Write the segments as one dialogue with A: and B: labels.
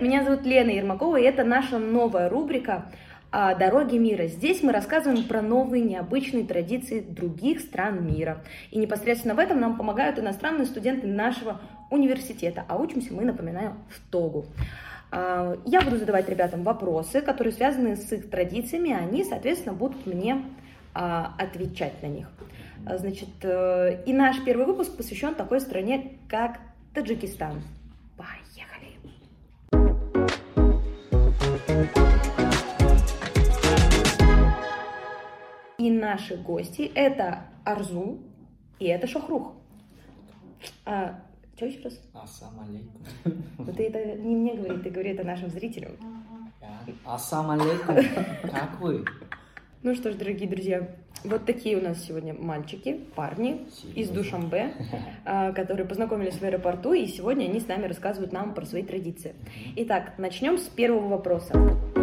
A: меня зовут Лена Ермакова, и это наша новая рубрика «Дороги мира». Здесь мы рассказываем про новые необычные традиции других стран мира. И непосредственно в этом нам помогают иностранные студенты нашего университета. А учимся мы, напоминаю, в Тогу. Я буду задавать ребятам вопросы, которые связаны с их традициями, а они, соответственно, будут мне отвечать на них. Значит, и наш первый выпуск посвящен такой стране, как Таджикистан. Поехали! И наши гости — это Арзу и это Шохрух. Что еще раз?
B: Ассаламу алейкум.
A: Ну ты это не мне говори, ты говори это нашим зрителям.
B: Ассаламу алейкум. Как вы?
A: Ну что ж, дорогие друзья, вот такие у нас сегодня мальчики, парни из Душанбе, которые познакомились в аэропорту, и сегодня они с нами рассказывают нам про свои традиции. Итак, начнем с первого вопроса.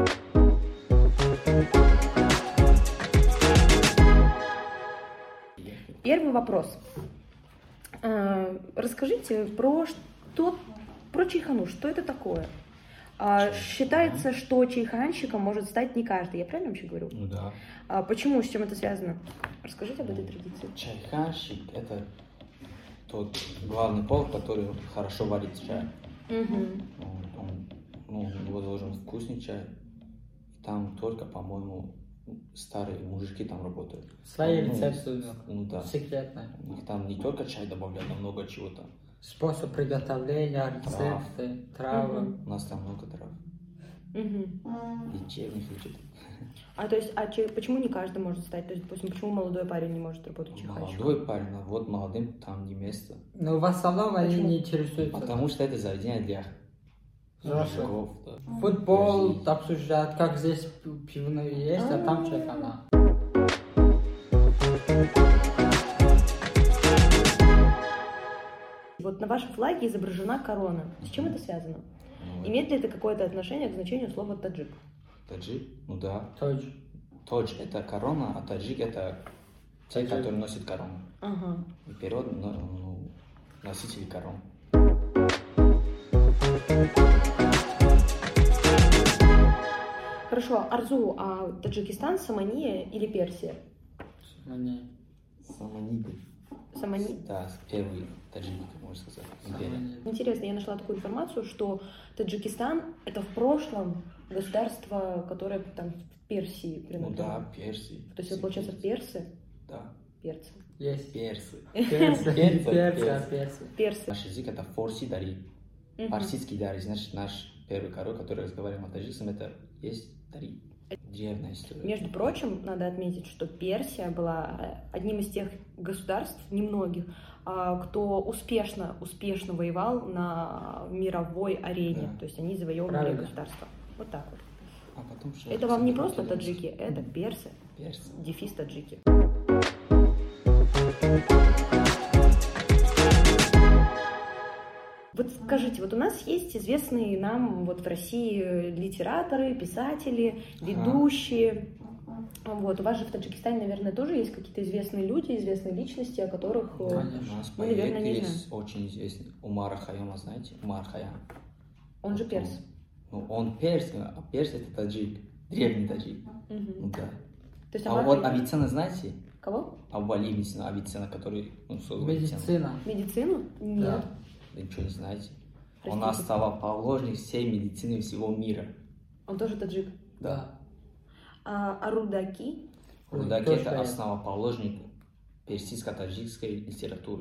A: Первый вопрос. Расскажите про чайхану, что это такое? Считается, что чайханщиком может стать не каждый. Я правильно вообще говорю?
B: Ну да.
A: Почему? С чем это связано? Расскажите об этой традиции.
B: Чайханщик – это тот главный повар, который хорошо варит чай. У него должен вкусный чай. Там только, по-моему, старые мужики там работают.
C: Свои рецепты,
B: да.
C: секретные.
B: У них там не только чай добавляют, но много чего там.
C: Способ приготовления, рецепты, травы.
B: У нас там много трав. Лечебных.
A: Почему не каждый может стать? То есть, допустим, почему молодой парень не может работать чайханщиком?
B: Молодой парень, а вот молодым там не место.
C: Но в основном они не интересуются.
B: Потому что это заведение для мужиков. Да.
C: Футбол обсуждают, как здесь пивные есть, а там чайхана.
A: Вот на вашем флаге изображена корона. С чем это связано? Имеет ли это какое-то отношение к значению слова таджик?
B: Таджик? Ну да.
C: Тадж.
B: Тадж – это корона, а таджик – это те, которые носят корону.
A: Ага.
B: И перевод носители корон.
A: Хорошо, Арзу, а Таджикистан, Самания или Персия?
B: Саманиды. Да, первый таджики, можно сказать.
A: Интересно, я нашла такую информацию, что Таджикистан — это в прошлом государство, которое там в Персии принадлежало.
B: Ну да, Персии.
A: То есть это, получается, персы?
B: Да.
A: Перцы.
B: Есть персы.
A: Персы.
B: Наш язык — это форси дари. Фарсидский дари. Значит, наш первый король, который разговаривал на таджикском, это есть дари. Древняя история.
A: Между прочим, надо отметить, что Персия была одним из тех государств, немногих, кто успешно воевал на мировой арене. Да. То есть они завоевывали государство. Вот так вот.
B: А потом,
A: это вам не просто таджики, это персы.
B: Персы.
A: Дефис таджики. Вот скажите, вот у нас есть известные нам вот в России литераторы, писатели, ведущие. Вот. У вас же в Таджикистане, наверное, тоже есть какие-то известные люди, известные личности, о которых
B: мы, наверное, не знаем. Есть очень известный Умар Хайяма, знаете? Умар Хайям.
A: Он же перс.
B: Он перс, а перс это таджик, древний таджик. Ну да.
A: То есть,
B: вот Авиценна знаете?
A: Кого?
B: Абвали Авиценна, который создал
C: медицину.
A: Медицину? Нет.
B: Да. Вы ничего не знаете? Простите. Он основоположник всей медицины всего мира.
A: Он тоже таджик?
B: Да.
A: А Рудаки?
B: Рудаки – это основоположник персидско-таджикской литературы.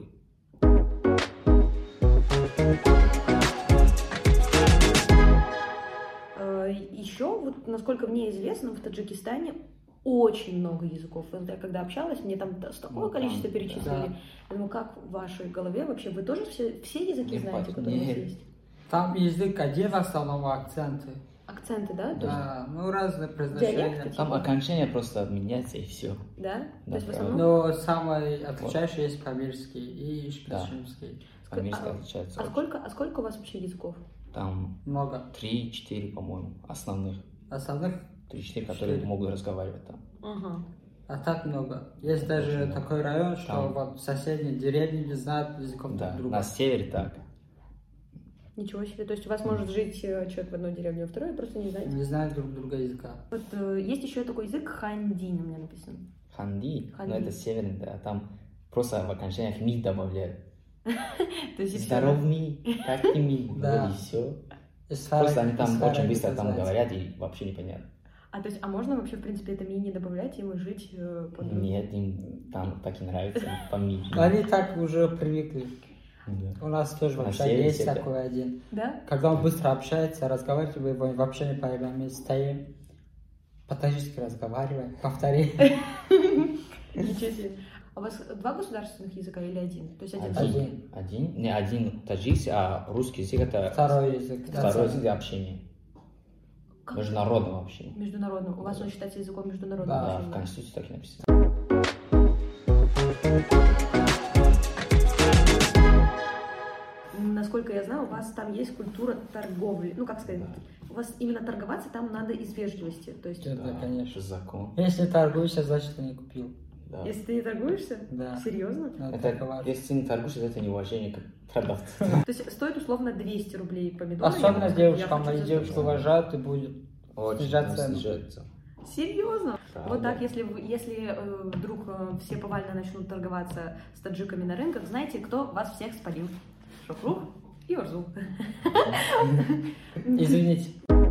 A: Еще, вот, насколько мне известно, в Таджикистане очень много языков. Я когда общалась, мне там такое количество перечислили. Да. Я думаю, как в вашей голове вообще? Вы тоже все языки знаете, которые у вас есть?
C: Там язык один, в основном акценты.
A: Акценты, да?
C: Да, разные произношения.
B: Там окончание просто меняется и все.
A: Да?
B: Да,
A: то есть в основном...
C: Но самый отличающий есть памирский и шпицшимский.
B: Да. Памирский отличается.
A: А сколько у вас вообще языков?
B: Там
C: много.
B: 3-4, по-моему, основных.
C: Основных?
B: 3-4, которые могут разговаривать там.
A: Ага.
C: А так много. Есть даже такой район, что
B: там...
C: вот соседние деревни не знают языков друг друга.
B: На севере так.
A: Ничего себе. То есть у вас может жить человек в одной деревне, а второй, просто не знаете.
C: Не знают друг друга языка.
A: Вот есть еще такой язык хандин, у меня написано.
B: Ханди,
A: Ханди.
B: но это северный, да, там просто в окончаниях ми добавляют.
A: То есть и всё.
B: Здоров ми, как ты ми,
C: Да.
B: и все.
C: Исфара-
B: Просто они там
C: Исфара
B: очень быстро
C: это
B: там
C: называется.
B: говорят и вообще непонятно.
A: То есть, можно вообще, в принципе, это ми не добавлять, и мы жить под...
B: Нет, им там так и нравится, по ми.
C: Они так уже привыкли.
B: Да.
C: У нас тоже
B: На
C: вообще
B: севере
C: есть
B: все
C: такой один.
A: Да?
C: Когда он быстро общается, разговаривает, вы его вообще не поймем. Мы стоим, по-таджикски разговариваем, повтори.
A: Ничего себе. А у вас два государственных языка или один? То есть один?
C: Один.
B: Один? Не один таджикский, а русский язык это
C: Второй язык.
B: второй язык для общения.
A: Как?
B: Международного общения.
A: Международным. У вас он считается языком международного
C: Да,
B: Да, в
A: общения?
B: Конституции так и написано.
A: Насколько я знаю, у вас там есть культура торговли. Ну, как сказать, у вас именно торговаться там надо из вежливости. То есть,
C: Да, конечно.
B: Закон.
C: Если торгуешься, значит ты не купил.
B: Да.
A: если ты не торгуешься,
C: Да.
A: серьезно?
C: Надо
B: Это,
C: торговаться.
B: если ты не торгуешься, это неуважение к продавцу.
A: То есть стоит условно 200 рублей помидоры.
C: Особенно
A: я
C: девушкам,
A: хочу
C: они
A: за
C: девушку
A: 100.
C: уважают и будет
B: Очень
C: снижать
B: там
C: цену.
B: снижается.
A: Серьезно?
B: Правда.
A: Вот так, если вдруг все повально начнут торговаться с таджиками на рынках, знаете, кто вас всех спалил? Шафрух и Орзу.
C: Извините.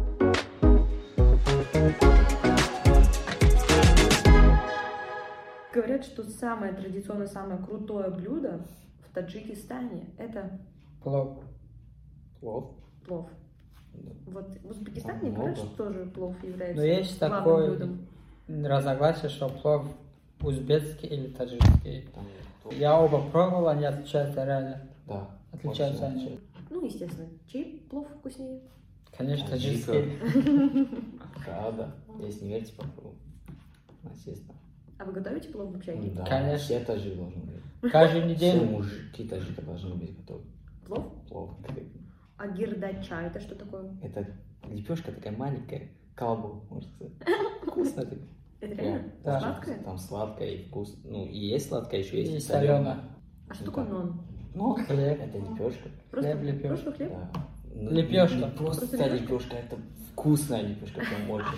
A: Говорят, что самое традиционное, самое крутое блюдо в Таджикистане – это
C: Плов.
B: Плов.
A: плов.
B: Да.
A: Вот в Узбекистане
B: Много.
A: говорят, что тоже плов является
C: Но есть
A: главным
C: такое
A: блюдом.
C: разногласие, что плов узбекский или таджикский.
B: Там плов.
C: Я оба пробовал, они отличаются реально.
B: Да.
C: Отличаются
B: очень
C: они.
B: отличаются.
A: Ну, естественно, чей плов вкуснее?
C: Конечно,
B: Таджика.
C: таджикский.
B: Правда. Если не верите, попробуйте. Естественно.
A: А вы готовите плов в общаге?
B: Да,
C: Конечно.
B: все таджики должны быть.
C: Каждую
B: Все
C: неделю.
B: мужики таджика должны быть готовы.
A: Плов?
B: Плов.
A: А гирдача – это что такое?
B: Это лепешка такая маленькая, колбу, можно сказать. Вкусно так.
A: Это
B: Прям
A: реально?
C: Да.
A: Сладкое?
B: Там сладкое и вкусно. Ну, и есть сладкое, еще есть
C: И
B: соленое.
C: солёное.
A: А что
B: Ну,
A: такое
B: да.
A: нон?
B: Ну,
C: Хлеб.
B: это лепешка.
A: Просто
C: Хлеб, лепёшка.
A: просто хлеб?
B: Да. Ну,
C: Лепешка.
B: не просто
A: Просто
B: лепешка, это вкусная лепешка, прям очень.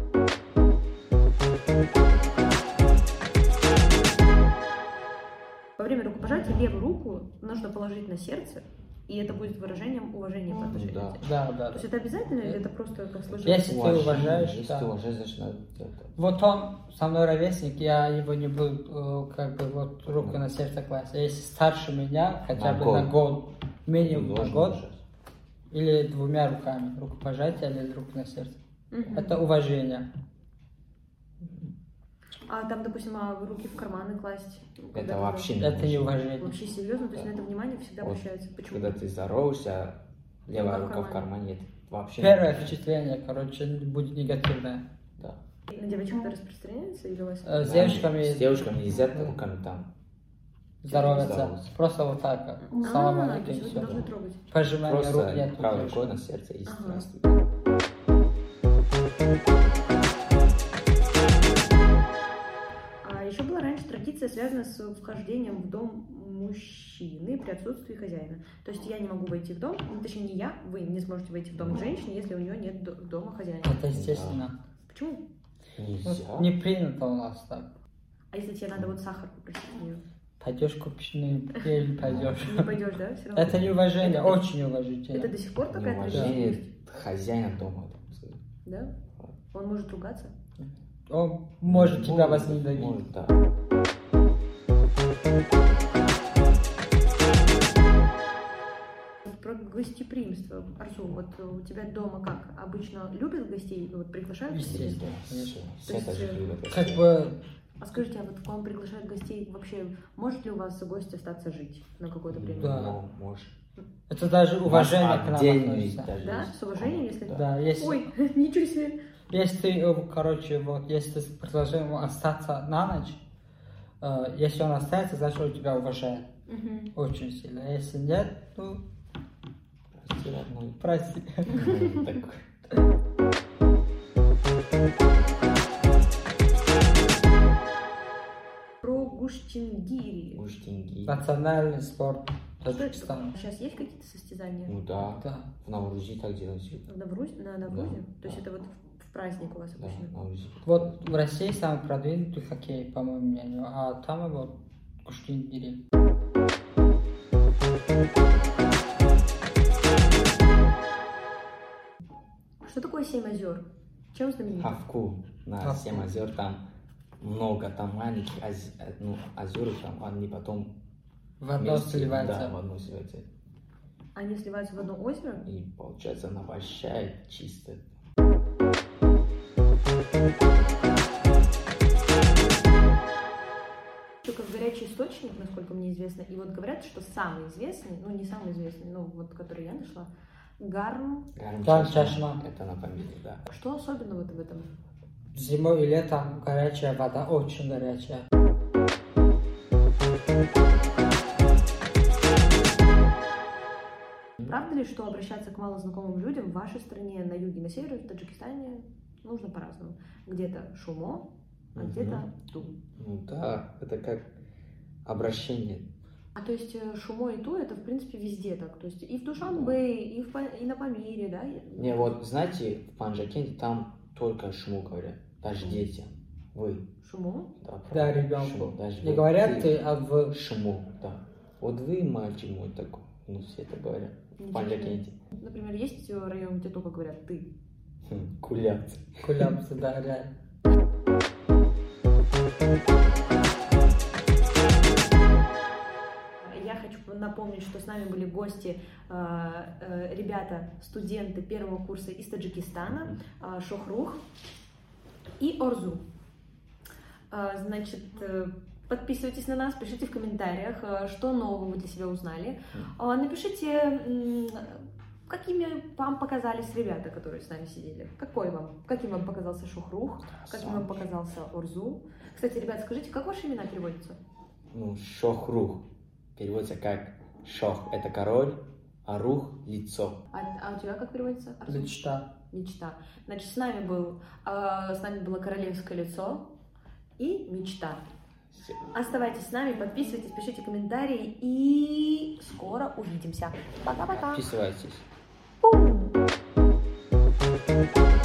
A: Во время рукопожатия левую руку нужно положить на сердце, и это будет выражением уважения по отношению
B: Да.
A: к тебе.
C: Да, да.
A: То есть это обязательно или это просто как сложно?
C: Если ты уважаешь,
B: Если
C: да.
B: ты уважаешь, значит надо это.
C: Вот он со мной ровесник, я его не буду как бы вот руку на сердце класть. А если старше меня, хотя
B: На
C: бы
B: год.
C: на год, минимум на
B: Должен
C: год,
B: уважать.
C: или двумя руками, рукопожатие или руку на сердце.
A: Мгм.
C: Это уважение.
A: А там, допустим, руки в карманы класть? когда
B: Это
A: ты-
B: вообще не
C: Это не
B: уважение.
C: уважение.
A: Вообще серьезно? То есть на это внимание всегда
B: Вот.
A: обращается? Почему?
B: Когда ты здороваешься, левая
A: Рука в
B: рука в
A: кармане.
B: кармане, это вообще
C: Первое
B: не
C: впечатление, короче, будет негативное.
B: Да.
A: На девочек это распространяется или у вас?
C: С
B: Да,
C: девушками
B: С девушками нельзя руками там.
C: здороваться.
B: Здороваться.
C: Просто вот так. Салам
A: то
C: алейкум,
A: есть вы не
C: все.
A: должны трогать.
C: Пожимание рук
B: Просто
C: нет.
B: правой рукой на сердце и
A: Ага.
B: здравствуйте.
A: А еще была раньше традиция, связанная с вхождением в дом мужчины при отсутствии хозяина. То есть я не могу войти в дом, ну, точнее не я, вы не сможете войти в дом к женщине, если у нее нет дома хозяина.
C: Это естественно.
A: Почему?
B: Нельзя.
C: Ну, не принято у нас так.
A: А если тебе надо вот сахар попросить у нее?
C: Пойдешь купишь, ну, или не пойдешь.
A: Не пойдешь, да? Все равно?
C: Это неуважение,
A: Это-
C: очень
A: Это
C: неуважительно.
A: до сих пор такая традиция
B: Неуважение
A: есть?
B: хозяина дома, так сказать.
A: Да? Он может ругаться?
C: Он может тебя возненавидеть.
B: Может, да.
A: Вот про гостеприимство. Арсу, вот у тебя дома как? Обычно любят гостей? Вот приглашают гостей?
C: Естественно, конечно.
B: Все
A: То есть,
B: таджики любят
C: Как
B: гостей.
C: бы
A: А скажите, а вот к вам приглашают гостей вообще? Может ли у вас гость остаться жить на какое-то время?
C: Да.
B: Ну, может.
C: это даже уважение к нам
B: Отдельный
C: относится.
B: даже
A: Да?
B: есть.
A: С уважением, если-
C: Да, если,
A: Ой, ничего себе.
C: если ты, короче, вот, если ты предложил ему остаться на ночь, если он остается, значит он тебя уважает
A: Мгм.
C: очень сильно. А если нет, ну,
B: Прости, родной.
C: прости.
B: Так.
A: Про гуштингири.
B: Уж деньги.
C: Национальный спорт Таджикистана.
A: Сейчас есть какие-то состязания?
B: Ну да,
C: Да.
B: в Наврузе так делают.
A: На Наврузе? На Наврузе?
B: Да,
A: То есть
B: да.
A: это вот в праздник у вас
B: Да,
A: обычно?
B: в Наврузе.
C: Вот в России самый продвинутый хоккей, по моему мнению, а там вот Куштин-Гири.
A: Что такое 7 озер? Чем знаменит?
B: Хавку на
C: Хавку.
B: 7 озер, там много, там маленьких озер, там они потом
C: В одно
B: вместе,
C: сливается.
B: Да, в одно сливается.
A: Они сливаются в одно озеро?
B: И получается она большая, чистая.
A: Только в горячий источник, насколько мне известно. И вот говорят, что самый известный, ну не самый известный, но вот который я нашла, Гарм.
C: Да, чашма.
B: Это на Памире, да.
A: Что особенного в этом?
C: Зимой и летом горячая вода, очень горячая.
A: Правда ли, что обращаться к малознакомым людям в вашей стране, на юге, на севере, в Таджикистане нужно по-разному? Где-то шумо, а где-то ту.
B: Ну да, это как обращение.
A: А то есть шумо и ту это в принципе везде так, то есть и в Душанбе, и на Памире, да?
B: Не, вот знаете, в Панджакенте там только шуму говорят, даже детям. Вы.
A: Шумо?
B: Да,
C: Да,
B: правильно,
C: ребенку.
B: шуму, даже
C: Не
B: вы.
C: говорят ты, а в...
B: Шуму, да. Вот вы, мальчик мой такой, ну все это говорят. В Панджакенте.
A: Например, есть район, где только говорят ты.
B: Кулябцы.
C: Кулябцы, да, реально.
A: Я хочу напомнить, что с нами были гости, ребята, студенты первого курса из Таджикистана, Шохрух и Орзу. Значит, подписывайтесь на нас, пишите в комментариях, что нового вы для себя узнали. Напишите, какими вам показались ребята, которые с нами сидели. Каким вам показался Шохрух, каким вам показался Орзу. Кстати, ребят, скажите, как ваши имена переводятся?
B: Ну, Шохрух переводится как Шох – это король, а Рух – лицо.
A: А у тебя как переводится? Арсен?
C: Мечта.
A: Мечта. Значит, с нами было королевское лицо и мечта.
B: Всё.
A: Оставайтесь с нами, подписывайтесь, пишите комментарии и скоро увидимся. Пока-пока.
B: Подписывайтесь.
A: Пум.